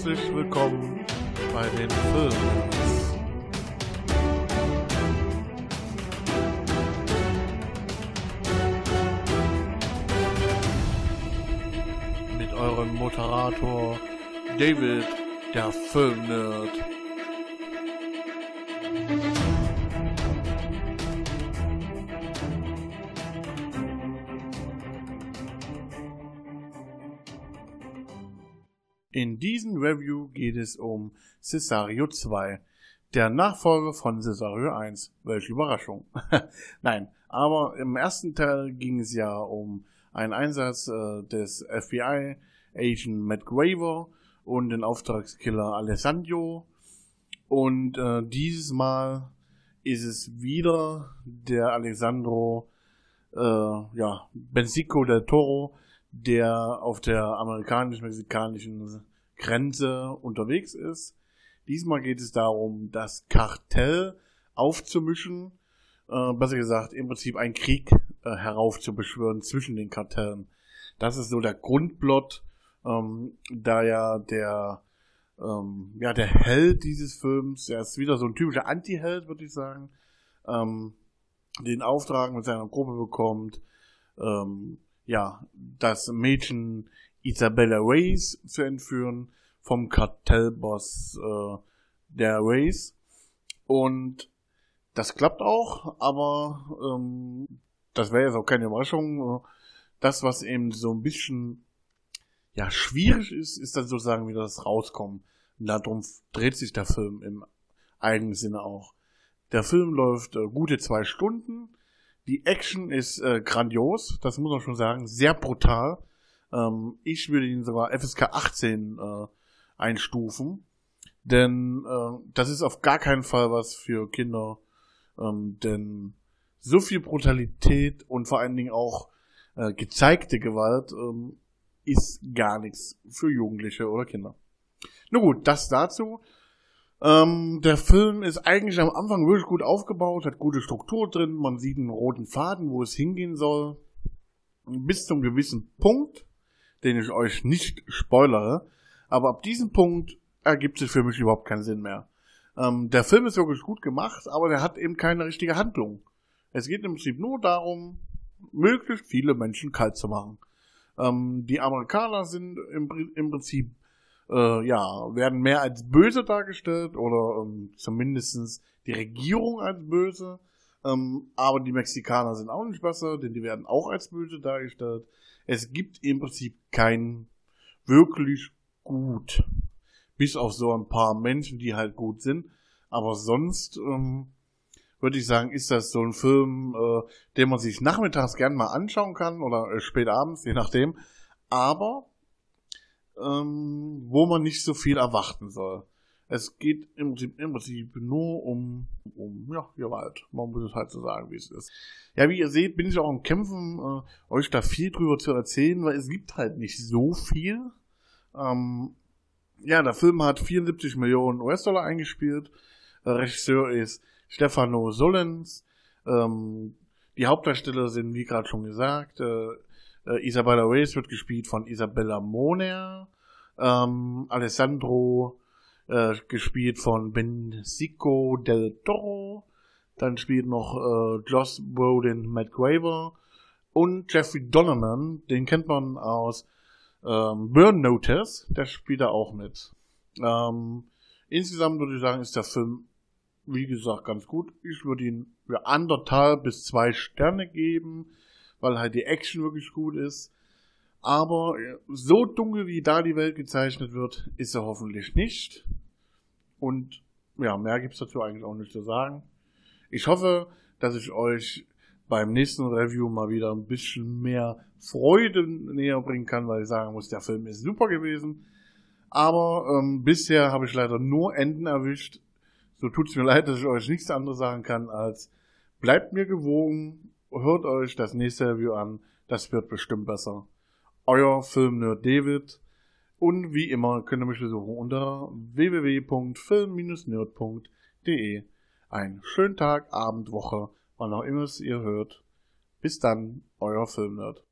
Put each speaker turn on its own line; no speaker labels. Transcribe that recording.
Herzlich willkommen bei den Filmnerds. Mit eurem Moderator David, der Filmnerd. In diesem Review geht es um Cesario 2, der Nachfolger von Cesario 1. Welche Überraschung. Nein, aber im ersten Teil ging es ja um einen Einsatz des FBI Agent Matt Graver und den Auftragskiller Alessandro. Und dieses Mal ist es wieder der Alessandro Benicio del Toro, der auf der amerikanisch-mexikanischen Grenze unterwegs ist. Diesmal geht es darum, das Kartell aufzumischen, besser gesagt, im Prinzip einen Krieg heraufzubeschwören zwischen den Kartellen. Das ist so der Grundplot, da ja der Held dieses Films, er ist wieder so ein typischer Anti-Held, würde ich sagen, den Auftrag mit seiner Gruppe bekommt, das Mädchen Isabella Reyes zu entführen vom Kartellboss der Reyes. Und das klappt auch, aber das wäre jetzt auch keine Überraschung. Das, was eben so ein bisschen schwierig ist dann sozusagen wieder das Rauskommen. Und darum dreht sich der Film im eigenen Sinne auch. Der Film läuft gute 2 Stunden. Die Action ist grandios, das muss man schon sagen, sehr brutal. Ich würde ihn sogar FSK 18 einstufen, denn das ist auf gar keinen Fall was für Kinder, denn so viel Brutalität und vor allen Dingen auch gezeigte Gewalt ist gar nichts für Jugendliche oder Kinder. Nun gut, das dazu. Der Film ist eigentlich am Anfang wirklich gut aufgebaut, hat gute Struktur drin, man sieht einen roten Faden, wo es hingehen soll. Bis zum gewissen Punkt, den ich euch nicht spoilere, aber ab diesem Punkt ergibt sich für mich überhaupt keinen Sinn mehr. Der Film ist wirklich gut gemacht, aber der hat eben keine richtige Handlung. Es geht im Prinzip nur darum, möglichst viele Menschen kalt zu machen. Die Amerikaner sind im Prinzip werden mehr als böse dargestellt oder zumindest die Regierung als böse. Aber die Mexikaner sind auch nicht besser, denn die werden auch als böse dargestellt. Es gibt im Prinzip kein wirklich gut. Bis auf so ein paar Menschen, die halt gut sind. Aber sonst würde ich sagen, ist das so ein Film, den man sich nachmittags gerne mal anschauen kann oder spät abends, je nachdem. Aber wo man nicht so viel erwarten soll. Es geht im Prinzip nur um Gewalt. Man muss es halt so sagen, wie es ist. Ja, wie ihr seht, bin ich auch am Kämpfen, euch da viel drüber zu erzählen, weil es gibt halt nicht so viel. Der Film hat 74 Millionen US-Dollar eingespielt. Regisseur ist Stefano Solens. Die Hauptdarsteller sind, wie gerade schon gesagt, Isabella Reyes wird gespielt von Isabella Moner. Alessandro gespielt von Benicio del Toro. Dann spielt noch Josh Brolin, Matt Graver und Jeffrey Donovan, den kennt man aus Burn Notice, der spielt da auch mit. Insgesamt würde ich sagen, ist der Film, wie gesagt, ganz gut. Ich würde ihn für 1,5 bis 2 Sterne geben, weil halt die Action wirklich gut ist. Aber so dunkel, wie da die Welt gezeichnet wird, ist er hoffentlich nicht. Und mehr gibt's dazu eigentlich auch nicht zu sagen. Ich hoffe, dass ich euch beim nächsten Review mal wieder ein bisschen mehr Freude näher bringen kann, weil ich sagen muss, der Film ist super gewesen. Aber bisher habe ich leider nur Enden erwischt. So tut's mir leid, dass ich euch nichts anderes sagen kann als bleibt mir gewogen. Hört euch das nächste Review an, das wird bestimmt besser. Euer Filmnerd David und wie immer könnt ihr mich besuchen unter www.film-nerd.de. Einen schönen Tag, Abend, Woche, wann auch immer es ihr hört. Bis dann, euer Filmnerd.